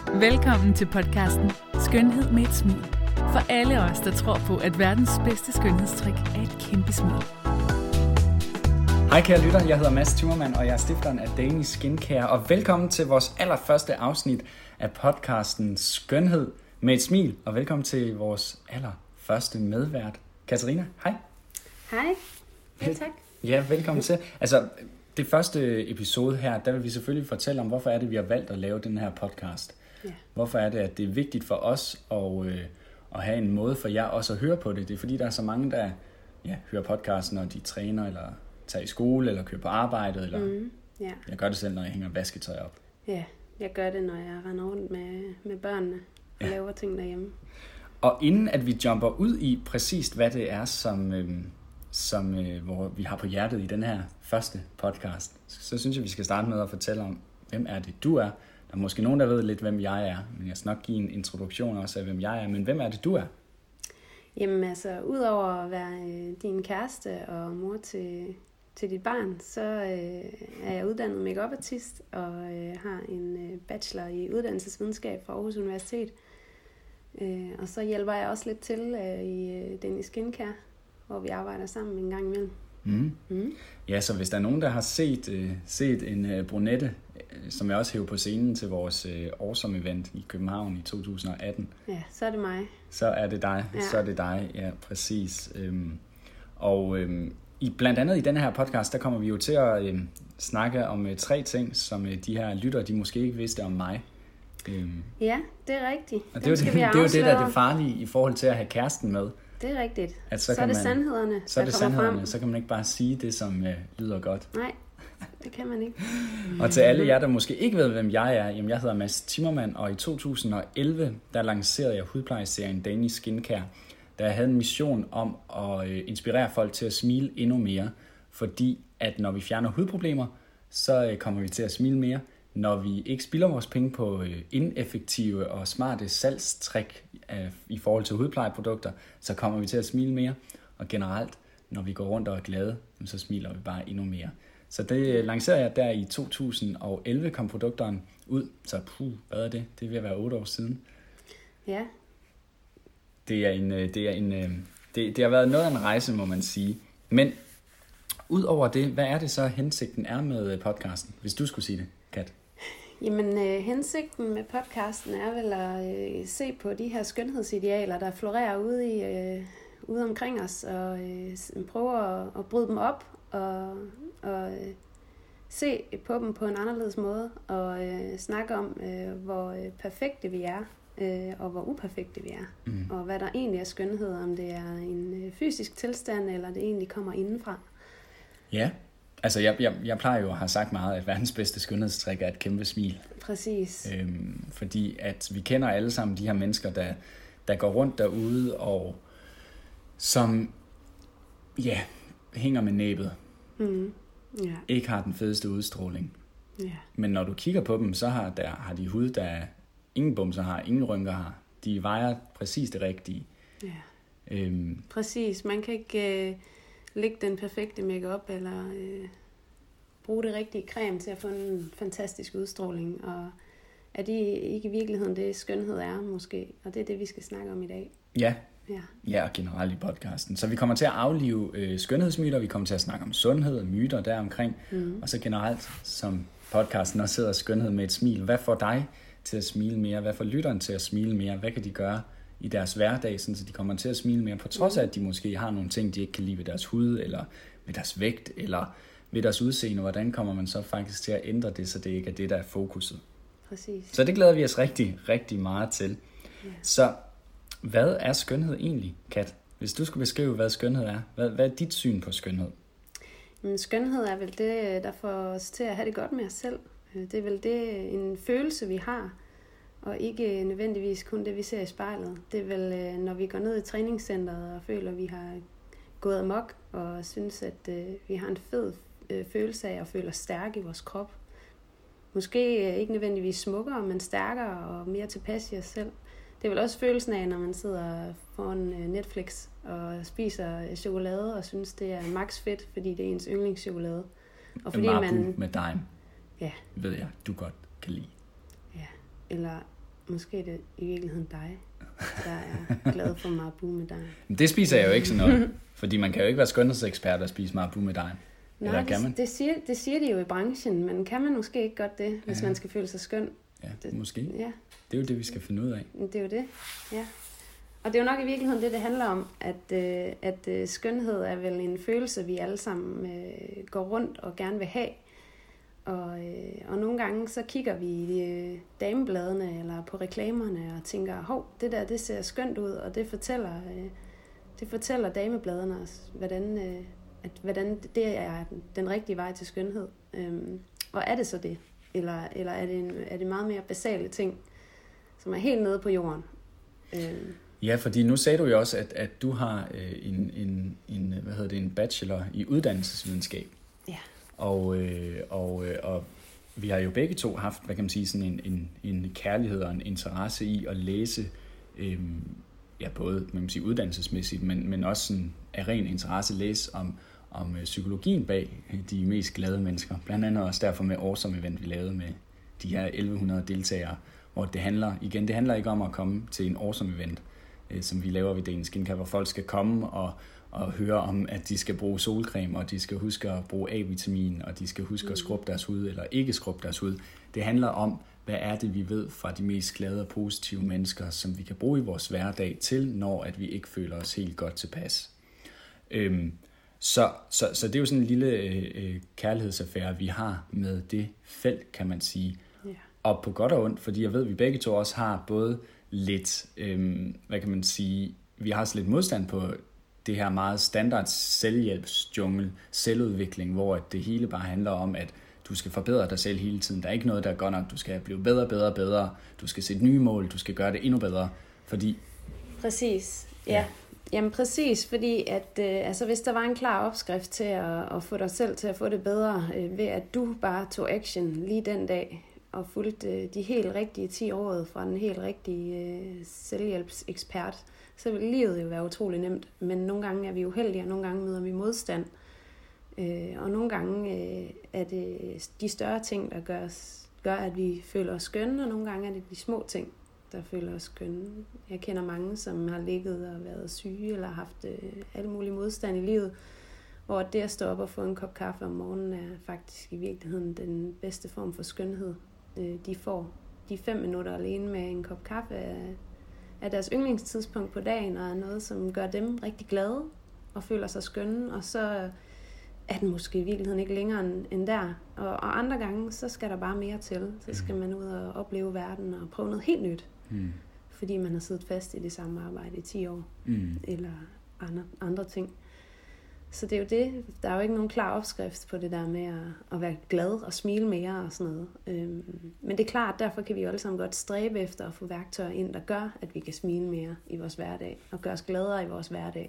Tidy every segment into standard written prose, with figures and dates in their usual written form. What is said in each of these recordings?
Velkommen til podcasten Skønhed med et smil. For alle os, der tror på, at verdens bedste skønhedstrik er et kæmpe smil. Hej kære lytter, jeg hedder Mads Timmermann, og jeg er stifteren af Danish Skincare. Og velkommen til vores allerførste afsnit af podcasten Skønhed med et smil. Og velkommen til vores allerførste medvært, Katarina. Hej. Hej. Ja, tak. Ja, velkommen til. Altså, det første episode her, der vil vi selvfølgelig fortælle om, hvorfor er det, vi har valgt at lave den her podcast. Ja. Hvorfor er det, at det er vigtigt for os at have en måde for jer også at høre på det. Det er fordi, der er så mange, der hører podcasten, når de træner, eller tager i skole, eller kører på arbejde, eller jeg gør det selv, når jeg hænger vasketøj op. Ja, jeg gør det, når jeg render rundt med børnene og laver ting derhjemme. Og inden at vi jumper ud i præcis, hvad det er, hvor vi har på hjertet i den her første podcast, så synes jeg, vi skal starte med at fortælle om, hvem er det, du er. Der er måske nogen, der ved lidt, hvem jeg er, men jeg skal nok give en introduktion også af, hvem jeg er. Men hvem er det, du er? Jamen altså, udover at være din kæreste og mor til dit barn, så er jeg uddannet make-up-artist og har en bachelor i uddannelsesvidenskab fra Aarhus Universitet. Og så hjælper jeg også lidt til i Danish Skincare, hvor vi arbejder sammen en gang imellem. Ja, så hvis der er nogen, der har set en brunette, som jeg også hæver på scenen til vores Awesome Event i København i 2018. Ja, så er det mig. Så er det dig, ja, præcis. Blandt andet i den her podcast, der kommer vi jo til at snakke om 3 ting, som de her lyttere, de måske ikke vidste om mig. Ja, det er rigtigt. Og det er jo det, der er det farlige i forhold til at have kæresten med. Det er rigtigt. Så er det sandhederne, frem. Så kan man ikke bare sige det, som lyder godt. Nej, det kan man ikke. Og til alle jer, der måske ikke ved, hvem jeg er, jamen jeg hedder Mads Timmermann, og i 2011, der lancerede jeg hudplejeserien Danish Skincare, der havde en mission om at inspirere folk til at smile endnu mere, fordi at når vi fjerner hudproblemer, så kommer vi til at smile mere. Når vi ikke spilder vores penge på ineffektive og smarte salgstrik i forhold til hudplejeprodukter, så kommer vi til at smile mere. Og generelt, når vi går rundt og er glade, så smiler vi bare endnu mere. Så det lancerede jeg der i 2011, kom produkterne ud. Så hvad er det? Det er ved at være 8 år siden. Ja. Det har været noget af en rejse, må man sige. Men ud over det, hvad er det så hensigten er med podcasten, hvis du skulle sige det, Kat? Jamen, hensigten med podcasten er vel at se på de her skønhedsidealer, der florerer ude omkring os, og prøve at bryde dem op, og se på dem på en anderledes måde, og snakke om, hvor perfekte vi er, og hvor uperfekte vi er, og hvad der egentlig er skønhed, om det er en fysisk tilstand, eller det egentlig kommer indenfra. Ja. Altså, jeg plejer jo at have sagt meget, at verdens bedste skønhedstrik er et kæmpe smil. Præcis. Fordi at vi kender alle sammen de her mennesker, der går rundt derude, og som hænger med næbet. Ikke har den fedeste udstråling. Men når du kigger på dem, så har de hud, der ingen bumser har, ingen rynker har. De vejer præcis det rigtige. Præcis. Man kan ikke lægge den perfekte makeup eller bruge det rigtige creme til at få en fantastisk udstråling. Og er det ikke i virkeligheden det, skønhed er måske? Og det er det, vi skal snakke om i dag. Ja, og generelt i podcasten. Så vi kommer til at aflive skønhedsmyter, vi kommer til at snakke om sundhed og myter deromkring. Og så generelt, som podcasten også hedder, skønhed med et smil. Hvad får dig til at smile mere? Hvad får lytteren til at smile mere? Hvad kan de gøre i deres hverdag, så de kommer til at smile mere, på trods af, at de måske har nogle ting, de ikke kan lide ved deres hud, eller ved deres vægt, eller ved deres udseende. Hvordan kommer man så faktisk til at ændre det, så det ikke er det, der er fokuset? Præcis. Så det glæder vi os rigtig, rigtig meget til. Så hvad er skønhed egentlig, Kat? Hvis du skulle beskrive, hvad skønhed er, hvad er dit syn på skønhed? Skønhed er vel det, der får os til at have det godt med os selv. Det er vel en følelse, vi har, og ikke nødvendigvis kun det, vi ser i spejlet. Det er vel, når vi går ned i træningscenteret og føler, at vi har gået amok, og synes, at vi har en fed følelse af at føle os stærke i vores krop. Måske ikke nødvendigvis smukkere, men stærkere og mere tilpas i os selv. Det er vel også følelsen af, når man sidder foran Netflix og spiser chokolade og synes, det er max fedt, fordi det er ens yndlingschokolade. Og fordi Marabou med Dime, ja, ved jeg, du godt kan lide. Ja, eller Måske er det i virkeligheden dig, der er glad for marabu med dig. Det spiser jeg jo ikke sådan noget, fordi man kan jo ikke være skønhedsekspert og spise marabu med dig. Nej, det siger de jo i branchen, men kan man måske ikke godt det, hvis man skal føle sig skøn? Ja, måske. Ja. Det er jo det, vi skal finde ud af. Det er jo det, ja. Og det er jo nok i virkeligheden det handler om, at skønhed er vel en følelse, vi alle sammen går rundt og gerne vil have. Og nogle gange så kigger vi i damebladene eller på reklamerne og tænker, hov, det der, det ser skønt ud, og det fortæller damebladene os, hvordan det er den rigtige vej til skønhed. Og er det så det? Eller er det meget mere basale ting, som er helt nede på jorden? Ja, fordi nu sagde du jo også, at du har en bachelor i uddannelsesvidenskab. Ja. Og vi har jo begge to haft, hvad kan man sige, sådan en kærlighed og en interesse i at læse, både man kan sige, uddannelsesmæssigt, men også sådan af ren interesse læse om psykologien bag de mest glade mennesker. Blandt andet også derfor med Awesome Event, vi lavede med de her 1100 deltagere, hvor det handler ikke om at komme til en Awesome Event, som vi laver ved Danish Skincare, hvor folk skal komme og høre om, at de skal bruge solcreme, og de skal huske at bruge A-vitamin, og de skal huske at skrubbe deres hud, eller ikke skrubbe deres hud. Det handler om, hvad er det, vi ved fra de mest glade og positive mennesker, som vi kan bruge i vores hverdag til, når at vi ikke føler os helt godt tilpas. Så det er jo sådan en lille kærlighedsaffære, vi har med det felt, kan man sige. Yeah. Og på godt og ondt, fordi jeg ved, at vi begge to også har både lidt, hvad kan man sige, vi har også lidt modstand på det her meget standard selvhjælpsjungle, selvudvikling, hvor det hele bare handler om, at du skal forbedre dig selv hele tiden. Der er ikke noget, der er godt nok. Du skal blive bedre. Du skal sætte nye mål. Du skal gøre det endnu bedre, fordi... Præcis, ja. Jamen præcis, fordi at hvis der var en klar opskrift til at få dig selv til at få det bedre, ved at du bare tog action lige den dag, og fulgte de helt rigtige 10 år fra den helt rigtige selvhjælpsekspert, så vil livet jo være utrolig nemt. Men nogle gange er vi uheldige, og nogle gange møder vi modstand. Og nogle gange er det de større ting, der gør, at vi føler os skønne, og nogle gange er det de små ting, der føler os skønne. Jeg kender mange, som har ligget og været syge, eller haft alle mulige modstand i livet, hvor det at stå op og få en kop kaffe om morgenen er faktisk i virkeligheden den bedste form for skønhed. De får de 5 minutter alene med en kop kaffe er deres yndlingstidspunkt på dagen, og er noget, som gør dem rigtig glade og føler sig skønne, og så er den måske i virkeligheden ikke længere end der. Og andre gange, så skal der bare mere til. Så skal man ud og opleve verden og prøve noget helt nyt. Fordi man har siddet fast i det samme arbejde i 10 år. Eller andre ting. Så det er jo det. Der er jo ikke nogen klar opskrift på det der med at være glad og smile mere og sådan noget. Men det er klart, derfor kan vi jo alle sammen godt stræbe efter at få værktøjer ind, der gør, at vi kan smile mere i vores hverdag. Og gøre os gladere i vores hverdag.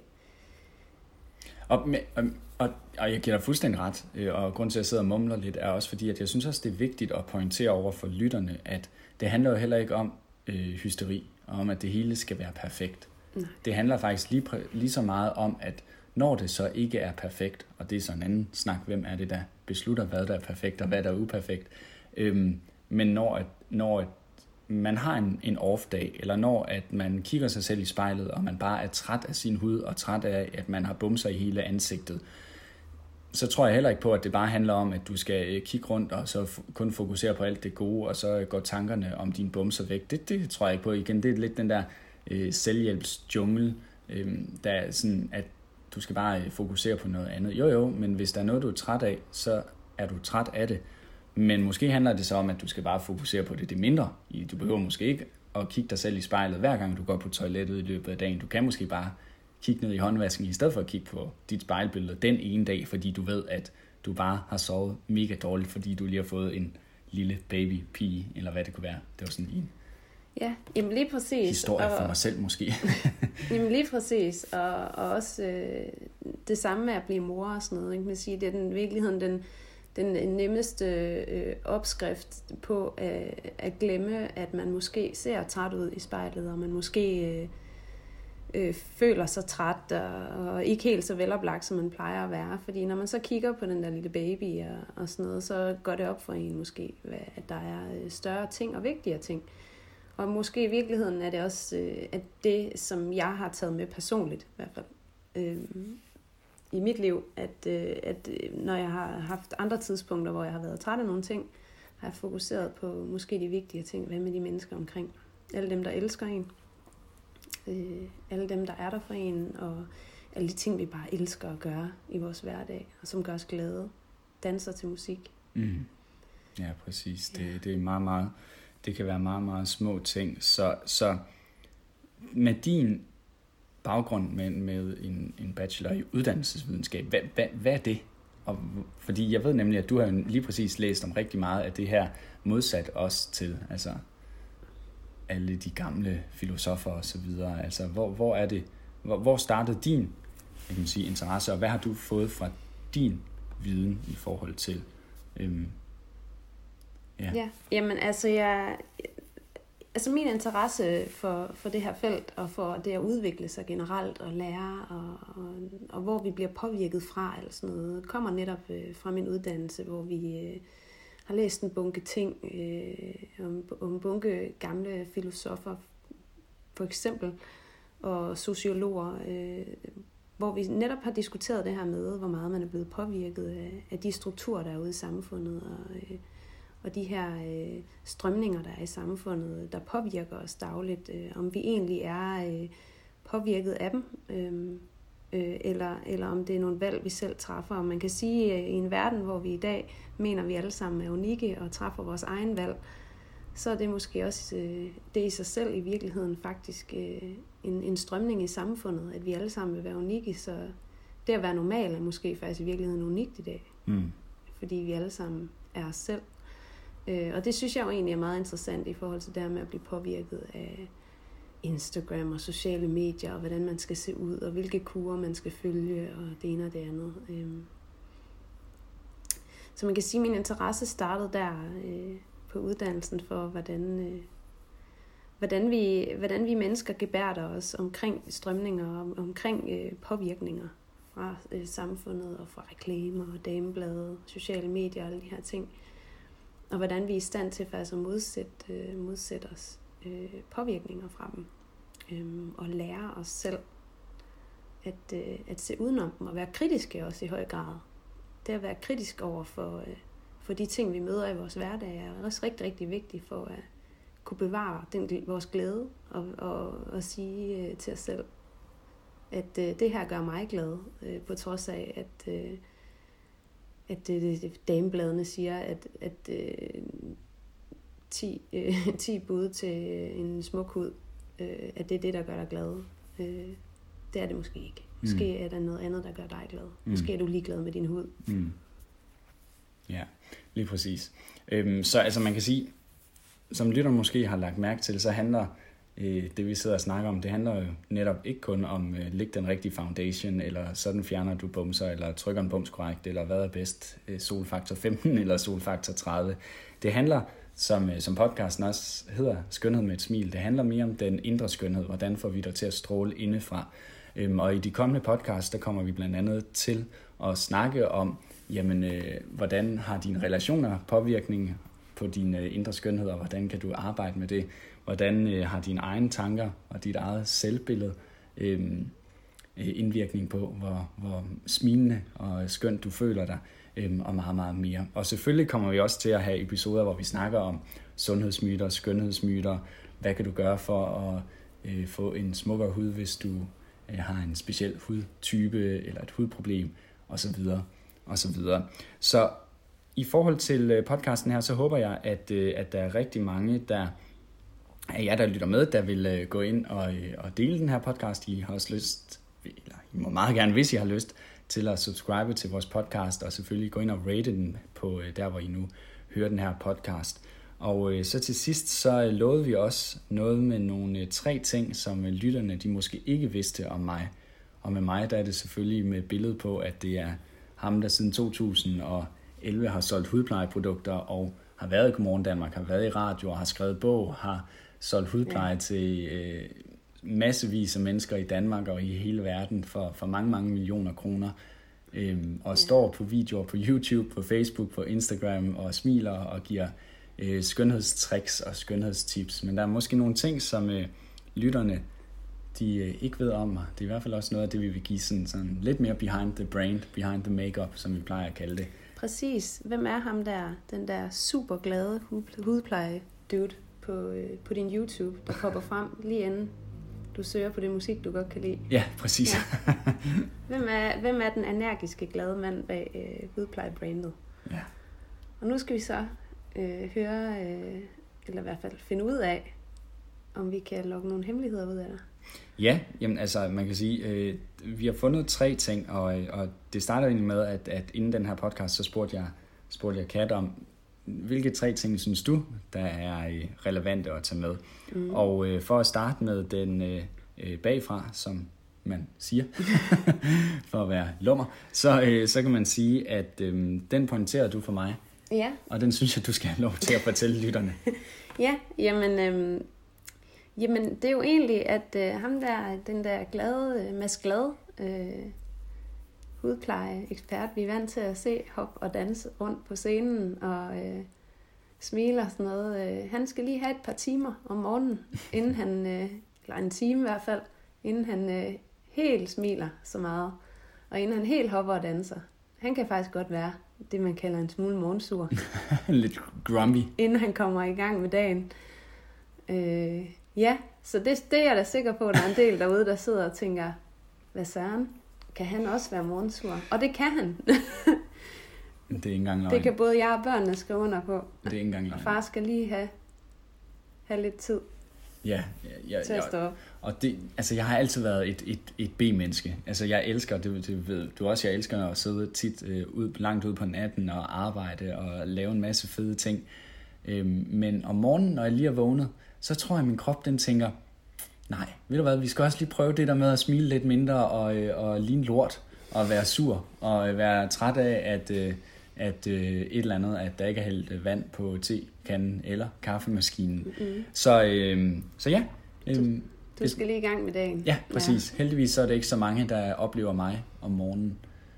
Og jeg giver dig fuldstændig ret, og grund til, at jeg sidder og mumler lidt, er også fordi, at jeg synes også, det er vigtigt at pointere over for lytterne, at det handler jo heller ikke om hysteri, og om, at det hele skal være perfekt. Nej. Det handler faktisk lige så meget om, at når det så ikke er perfekt, og det er så en anden snak, hvem er det, der beslutter, hvad der er perfekt, og hvad der er uperfekt, men når man har en off-dag, eller når at man kigger sig selv i spejlet, og man bare er træt af sin hud, og træt af, at man har bumser i hele ansigtet, så tror jeg heller ikke på, at det bare handler om, at du skal kigge rundt, og så kun fokusere på alt det gode, og så går tankerne om dine bumser væk. Det tror jeg ikke på. Igen, det er lidt den der selvhjælpsjungle, der er sådan, at du skal bare fokusere på noget andet. Jo, men hvis der er noget, du er træt af, så er du træt af det. Men måske handler det så om, at du skal bare fokusere på det mindre. Du behøver måske ikke at kigge dig selv i spejlet, hver gang du går på toilettet i løbet af dagen. Du kan måske bare kigge ned i håndvasken, i stedet for at kigge på dit spejlbillede den ene dag, fordi du ved, at du bare har sovet mega dårligt, fordi du lige har fået en lille babypige, eller hvad det kunne være. Det var sådan en jamen lige præcis. Historie for mig selv måske. Jamen lige præcis. Og også det samme med at blive mor og sådan noget. Ikke? Man siger, det er virkeligheden den nemmeste opskrift på at glemme, at man måske ser træt ud i spejlet, og man måske føler sig træt og ikke helt så veloplagt, som man plejer at være. Fordi når man så kigger på den der lille baby og sådan noget, så går det op for en måske, at der er større ting og vigtigere ting. Og måske i virkeligheden er det også at det, som jeg har taget med personligt, i hvert fald i mit liv, at når jeg har haft andre tidspunkter, hvor jeg har været træt af nogle ting, har jeg fokuseret på måske de vigtige ting. Hvad med de mennesker omkring? Alle dem, der elsker en. Alle dem, der er der for en. Og alle de ting, vi bare elsker at gøre i vores hverdag, og som gør os glade. Danser til musik. Mm. Ja, præcis. Det er meget, meget, det kan være meget, meget små ting. Så med din baggrund med en bachelor i uddannelsesvidenskab, hvad er det? Og, fordi jeg ved nemlig, at du har lige præcis læst om rigtig meget af det her, modsat også til altså alle de gamle filosofer og så videre. Altså, hvor er det? Hvor startede din, jeg kan sige, interesse, og hvad har du fået fra din viden i forhold til? Ja, jamen altså min interesse for det her felt, og for det at udvikle sig generelt, og lære, og hvor vi bliver påvirket fra, eller sådan noget, kommer netop fra min uddannelse, hvor vi har læst en bunke ting, om en bunke gamle filosofer, for eksempel, og sociologer, hvor vi netop har diskuteret det her med, hvor meget man er blevet påvirket af de strukturer, der er ude i samfundet, og de her strømninger, der er i samfundet, der påvirker os dagligt, om vi egentlig er påvirket af dem, eller om det er nogle valg, vi selv træffer. Og man kan sige, at i en verden, hvor vi i dag mener, vi alle sammen er unikke og træffer vores egen valg, så er det måske også det i sig selv i virkeligheden faktisk en strømning i samfundet, at vi alle sammen vil være unikke, så det at være normal er måske faktisk i virkeligheden unikt i dag, fordi vi alle sammen er os selv. Og det synes jeg jo egentlig er meget interessant i forhold til det her med at blive påvirket af Instagram og sociale medier, og hvordan man skal se ud, og hvilke kurer man skal følge, og det ene og det andet. Så man kan sige, at min interesse startede der på uddannelsen for, hvordan vi mennesker gebærder os omkring strømninger, og omkring påvirkninger fra samfundet, og fra reklamer, og dameblade, sociale medier og alle de her ting. Og hvordan vi er i stand til faktisk at modsætte os påvirkninger fra dem. Og lære os selv at se udenom dem, og være kritiske også i høj grad. Det at være kritisk over for de ting, vi møder i vores hverdag, er også rigtig, rigtig vigtigt for at kunne bevare vores glæde, og sige til os selv, at det her gør mig glad, på trods af, at damebladene siger, at 10 bud til en smuk hud, at det er det, der gør dig glad. Det er det måske ikke. Måske er der noget andet, der gør dig glad. Måske er du ligeglad med din hud. Ja, lige præcis. Så altså man kan sige, som lytteren måske har lagt mærke til, så handler det, vi sidder og snakker om, det handler jo netop ikke kun om læg den rigtige foundation, eller sådan fjerner du bumser, eller trykker en bums korrekt, eller hvad er bedst, solfaktor 15 eller solfaktor 30. Det handler, som podcasten også hedder, skønhed med et smil. Det handler mere om den indre skønhed, hvordan får vi dig til at stråle indefra. Og i de kommende podcasts, der kommer vi blandt andet til at snakke om, hvordan har dine relationer påvirkning på din indre skønhed, og hvordan kan du arbejde med det? Hvordan har dine egne tanker og dit eget selvbillede indvirkning på, hvor smilende og skønt du føler dig, og meget, meget mere. Og selvfølgelig kommer vi også til at have episoder, hvor vi snakker om sundhedsmyter, skønhedsmyter. Hvad kan du gøre for at få en smukkere hud, hvis du har en speciel hudtype eller et hudproblem, osv. osv. Så i forhold til podcasten her, så håber jeg, at der er rigtig mange, der lytter med, der vil gå ind og dele den her podcast. I har også lyst, eller I må meget gerne, hvis I har lyst, til at subscribe til vores podcast, og selvfølgelig gå ind og rate den på der, hvor I nu hører den her podcast. Og så til sidst, så lovede vi også noget med nogle 3 ting, som lytterne de måske ikke vidste om mig. Og med mig, der er det selvfølgelig med billedet på, at det er ham, der siden 2011 har solgt hudplejeprodukter, og har været i Godmorgen Danmark, har været i radio, og har skrevet bog, har solgt hudpleje til massevis af mennesker i Danmark og i hele verden for mange, mange millioner kroner. Og står på videoer på YouTube, på Facebook, på Instagram og smiler og giver skønhedstricks og skønhedstips, men der er måske nogle ting, som lytterne de ikke ved om mig. Det er i hvert fald også noget af det, vi vil give sådan lidt mere behind the brand, behind the makeup, som vi plejer at kalde det. Præcis. Hvem er ham der, den der super glade hudpleje-dude på din YouTube, der popper frem lige inden du søger på det musik, du godt kan lide? Ja, præcis. Ja. Hvem er den energiske, glade mand bag hudpleje-brandet? Ja. Og nu skal vi så høre, eller i hvert fald finde ud af, om vi kan lokke nogle hemmeligheder ud af dig. Ja, jamen altså man kan sige, vi har fundet 3 ting, og det starter egentlig med, at inden den her podcast, så spurgte jeg Kat om, hvilke 3 ting synes du, der er relevante at tage med? Og for at starte med den bagfra, som man siger, for at være lummer, så kan man sige, at den pointerer du for mig, ja. Og den synes jeg, du skal have lov til at fortælle lytterne. Ja, jamen det er jo egentlig, at ham der, den der glade, Mads Glad, hudpleje-ekspert, vi er vant til at se hoppe og danse rundt på scenen og smile og sådan noget. Han skal lige have et par timer om morgenen, inden han, eller en time i hvert fald, inden han helt smiler så meget, og inden han helt hopper og danser. Han kan faktisk godt være det, man kalder en smule morgensur. Lidt grumpy. Inden han kommer i gang med dagen. Ja, så det er jeg da sikker på, at der er en del derude, der sidder og tænker, hvad søren, kan han også være morgensur? Og det kan han. Det er ikke engang løgn. Det kan både jeg og børnene skrive under på. Det er ikke engang løgn. Og far skal lige have lidt tid til at stå op. Og det, altså jeg har altid været et B-menneske. Altså jeg elsker, det ved du også, jeg elsker at sidde tit langt ude på natten og arbejde og lave en masse fede ting. Men om morgenen, når jeg lige er vågnet, så tror jeg, at min krop den tænker, nej, ved du hvad, vi skal også lige prøve det der med at smile lidt mindre og ligne lort og være sur og være træt af, at et eller andet, at der ikke er hældt vand på tekanden eller kaffemaskinen. Mm-hmm. Så ja. Du skal lige i gang med dagen. Ja, præcis. Ja. Heldigvis så er det ikke så mange, der oplever mig om morgenen.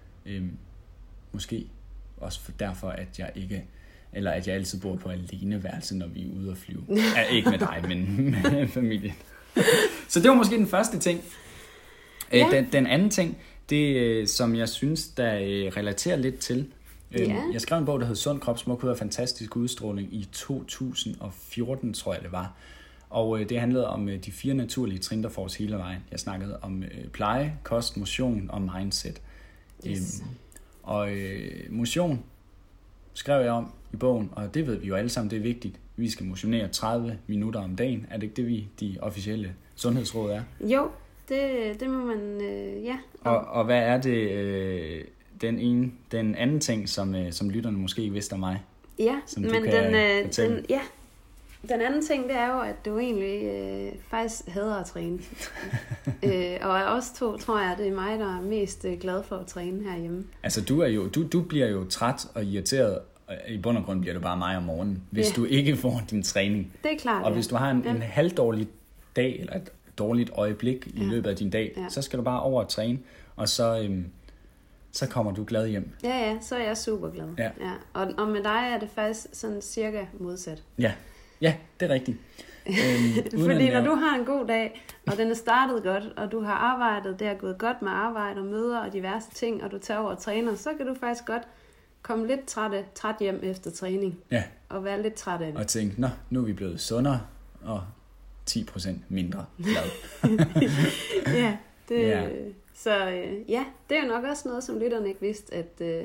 Måske også derfor, at jeg ikke... Eller at jeg altid bor på aleneværelse, når vi er ude at flyve. Ja, ikke med dig, men med familien. Så det var måske den første ting. Ja. Den anden ting, det som jeg synes, der relaterer lidt til. Jeg skrev en bog, der hed Sund Krop, Smuk Hud og Fantastisk Udstråling i 2014, tror jeg det var. Og det handlede om de 4 naturlige trin, der får os hele vejen. Jeg snakkede om pleje, kost, motion og mindset. Yes. Motion skrev jeg om i bogen, og det ved vi jo alle sammen, det er vigtigt. Vi skal motionere 30 minutter om dagen. Er det ikke det, de officielle sundhedsråd er? Jo, det må man, ja. Og hvad er det, den anden ting, som lytterne måske ikke vidste om mig? Ja, som men den anden ting, det er jo, at du egentlig faktisk hader at træne. Og os to, tror jeg, det er mig, der er mest glad for at træne herhjemme. Altså, du bliver jo træt og irriteret. I bund og grund bliver du bare mig om morgenen, hvis du ikke får din træning. Det er klart, og hvis du har en halvdårlig dag, eller et dårligt øjeblik i løbet af din dag, så skal du bare over at træne, og så kommer du glad hjem. Ja, så er jeg super glad. Ja. Og med dig er det faktisk sådan cirka modsat. Ja, det er rigtigt. Fordi når du har en god dag, og den er startet godt, og du har arbejdet, det er gået godt med arbejde og møder og diverse ting, og du tager over og træner, så kan du faktisk godt komme lidt træt hjem efter træning. Ja. Og være lidt træt af det. Og tænke, nu er vi blevet sundere og 10% mindre glad. Så det er jo nok også noget, som lytterne ikke vidste,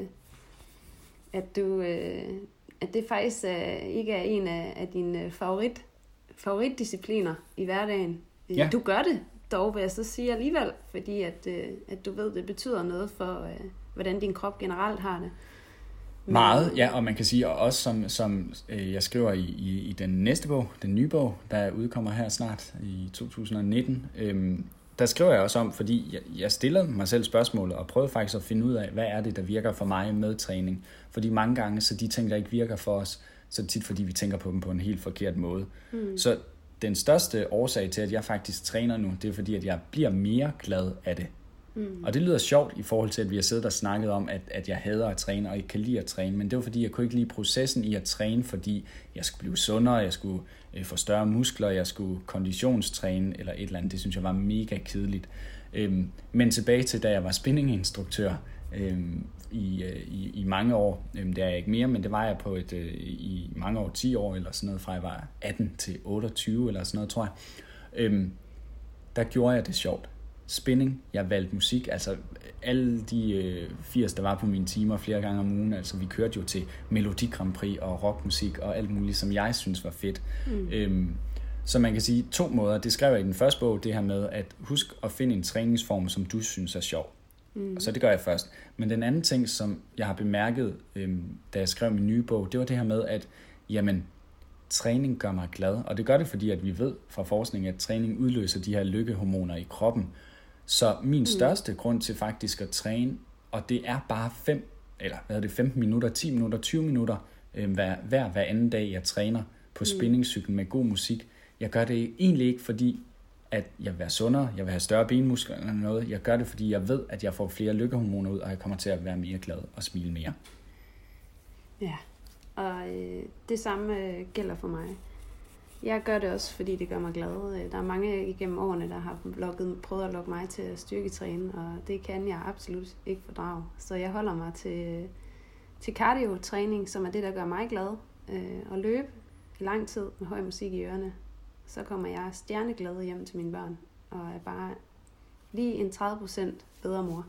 at det faktisk ikke er en af dine favoritdiscipliner i hverdagen. Ja. Du gør det dog, vil jeg så sige alligevel, fordi at du ved, det betyder noget for, hvordan din krop generelt har det. Meget, ja, og man kan sige, og også som jeg skriver i den næste bog, den nye bog, der udkommer her snart i 2019, der skriver jeg også om, fordi jeg stiller mig selv spørgsmålet og prøver faktisk at finde ud af, hvad er det, der virker for mig med træning. Fordi mange gange, så de ting, der ikke virker for os, så er det tit, fordi vi tænker på dem på en helt forkert måde. Så den største årsag til, at jeg faktisk træner nu, det er fordi, at jeg bliver mere glad af det. Og det lyder sjovt i forhold til, at vi har siddet og snakket om, at jeg hader at træne og ikke kan lide at træne. Men det var fordi, jeg kunne ikke lide processen i at træne, fordi jeg skulle blive sundere, jeg skulle få større muskler, jeg skulle konditionstræne eller et eller andet. Det synes jeg var mega kedeligt. Men tilbage til, da jeg var spinninginstruktør i mange år. Det er jeg ikke mere, men det var jeg på i mange år, 10 år eller sådan noget, fra jeg var 18 til 28 eller sådan noget, tror jeg. Der gjorde jeg det sjovt. Spinning, jeg valgte musik, altså alle de 80, der var på mine timer flere gange om ugen, altså vi kørte jo til Melodi Grand Prix og rockmusik og alt muligt, som jeg synes var fedt. Så man kan sige 2 måder. Det skrev jeg i den første bog, det her med at husk at finde en træningsform, som du synes er sjov. Og så det gør jeg først. Men den anden ting, som jeg har bemærket, da jeg skrev min nye bog, det var det her med, at jamen, træning gør mig glad. Og det gør det, fordi at vi ved fra forskning, at træning udløser de her lykkehormoner i kroppen. Så min største grund til faktisk at træne, og det er bare 15 minutter, 10 minutter, 20 minutter, hver anden dag, jeg træner på spinningcyklen med god musik. Jeg gør det egentlig ikke, fordi at jeg vil være sundere, jeg vil have større benmuskler eller noget. Jeg gør det, fordi jeg ved, at jeg får flere lykkehormoner ud, og jeg kommer til at være mere glad og smile mere. Ja, og det samme gælder for mig. Jeg gør det også, fordi det gør mig glad. Der er mange igennem årene, der har prøvet at lokke mig til at styrketræne, og det kan jeg absolut ikke fordrage. Så jeg holder mig til cardio-træning, som er det, der gør mig glad. Og løbe i lang tid med høj musik i ørerne. Så kommer jeg stjerneglad hjem til mine børn, og er bare lige en 30% bedre mor.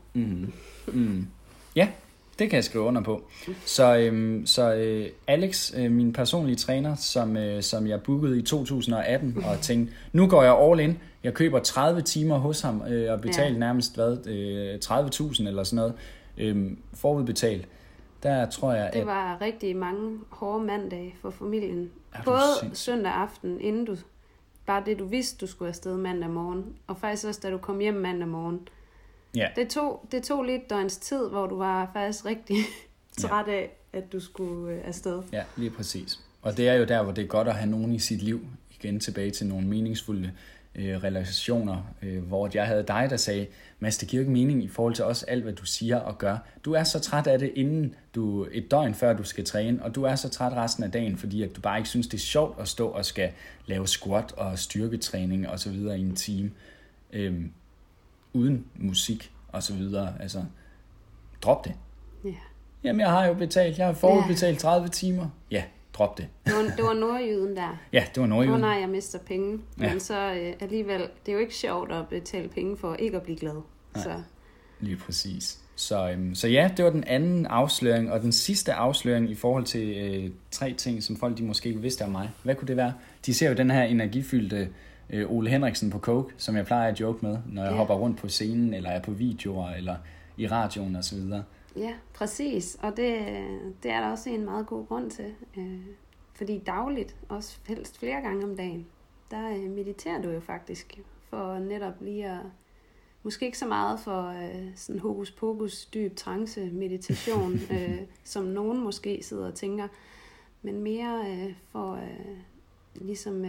Ja, det kan jeg skrive under på. Så Alex, min personlige træner, som jeg bookede i 2018, og tænkte, nu går jeg all in. Jeg køber 30 timer hos ham, og betaler nærmest 30.000 eller sådan noget, forudbetalt. Der tror jeg, det var rigtig mange hårde mandage for familien. Både søndag aften, inden du bare det, du vidste, du skulle afsted mandag morgen, og faktisk også, da du kom hjem mandag morgen. Ja. Det tog lidt døgns tid, hvor du var faktisk rigtig træt af, at du skulle afsted. Ja, lige præcis. Og det er jo der, hvor det er godt at have nogen i sit liv, igen tilbage til nogle meningsfulde relationer, hvor jeg havde dig, der sagde, Mads, det giver ikke mening i forhold til også alt, hvad du siger og gør. Du er så træt af det, inden et døgn før du skal træne, og du er så træt resten af dagen, fordi at du bare ikke synes, det er sjovt at stå og skal lave squat og styrketræning og så videre i en time, uden musik og så videre. Altså, drop det. Ja. Jamen, jeg har forudbetalt 30 timer. Ja, drop det. Det var nordjyden der. Ja, det var nordjyden. Nej, jeg mister penge. Men så alligevel, det er jo ikke sjovt at betale penge for ikke at blive glad. Nej, så. Lige præcis. Så ja, det var den anden afsløring. Og den sidste afsløring i forhold til 3 ting, som folk de måske ikke vidste om mig. Hvad kunne det være? De ser jo den her energifyldte Ole Henriksen på Coke, som jeg plejer at joke med, når jeg hopper rundt på scenen, eller er på videoer, eller i radioen og så videre. Ja, præcis. Og det er der også en meget god grund til. Fordi dagligt, også helst flere gange om dagen, der mediterer du jo faktisk for netop lige at, måske ikke så meget for sådan hokus pokus dyb trance meditation, som nogen måske sidder og tænker, men mere for ligesom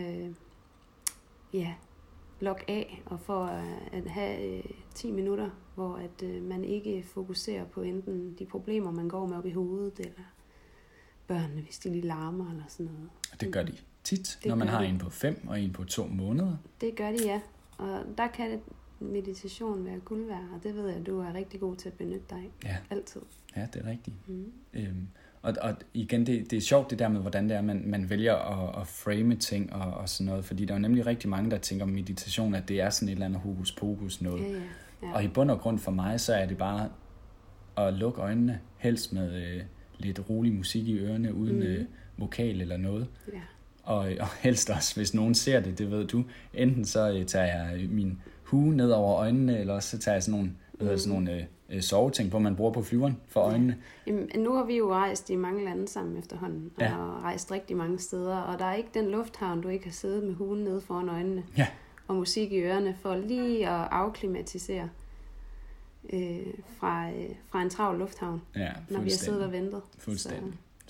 logge af og for at have 10 minutter, hvor at man ikke fokuserer på enten de problemer, man går med op i hovedet, eller børnene, hvis de lige larmer eller sådan noget. Det gør de tit, når man har en på 5 og en på 2 måneder. Det gør de, ja. Og der kan meditation være guld værd, og det ved jeg, at du er rigtig god til at benytte dig af. Altid. Ja, det er rigtigt. Og igen, det er sjovt det der med, hvordan det er, man vælger at frame ting og sådan noget, fordi der er nemlig rigtig mange, der tænker om meditation, at det er sådan et eller andet hokus pokus noget. Ja. Og i bund og grund for mig, så er det bare at lukke øjnene, helst med lidt rolig musik i ørerne, uden vokal eller noget. Ja. Og helst også, hvis nogen ser det ved du, enten så tager jeg min hue ned over øjnene, eller også så tager jeg sådan nogle soveting på, man bruger på flyveren for øjnene. Jamen, nu har vi jo rejst i mange lande sammen efterhånden, og rejst rigtig mange steder, og der er ikke den lufthavn, du ikke har siddet med huen nede foran øjnene, og musik i ørerne, for lige at afklimatisere fra en travl lufthavn, når vi har siddet og ventet. Fuldstændig.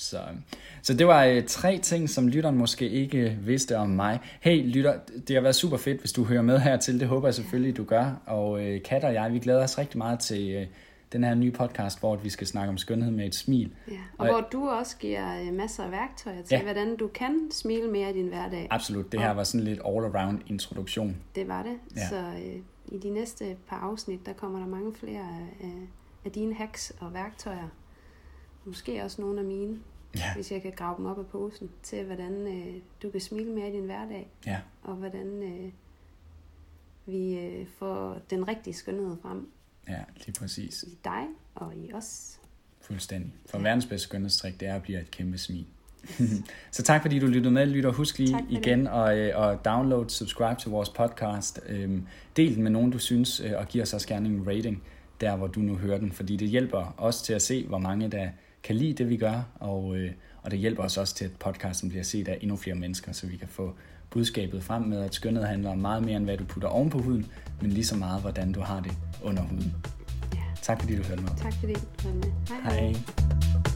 Så det var 3 ting, som lytteren måske ikke vidste om mig. Hey lytter, det har været super fedt, hvis du hører med hertil. Det håber jeg selvfølgelig, du gør. Og Kat og jeg, vi glæder os rigtig meget til den her nye podcast, hvor vi skal snakke om skønhed med et smil. Ja, og hvor du også giver masser af værktøjer til, hvordan du kan smile mere i din hverdag. Absolut, det her var sådan lidt all-around introduktion. Det var det, så i de næste par afsnit, der kommer der mange flere af dine hacks og værktøjer. Måske også nogle af mine, hvis jeg kan grave dem op af posen, til hvordan du kan smile mere i din hverdag. Ja. Og hvordan vi får den rigtige skønhed frem. Ja, lige præcis. I dig og i os. Fuldstændig. For verdens bedste skønhedstrik, det er at blive et kæmpe smil. Så tak fordi du lyttede med, lytter. Husk lige igen at download, subscribe til vores podcast. Del den med nogen, du synes, og giv os også gerne en rating, der hvor du nu hører den. Fordi det hjælper os til at se, hvor mange der kan lide det, vi gør. Og det hjælper os også til, at podcasten bliver set af endnu flere mennesker, så vi kan få budskabet frem med, at skønhed handler om meget mere, end hvad du putter oven på huden, men lige så meget, hvordan du har det under huden. Tak fordi du hørte med. Tak fordi du hørte med. Hej.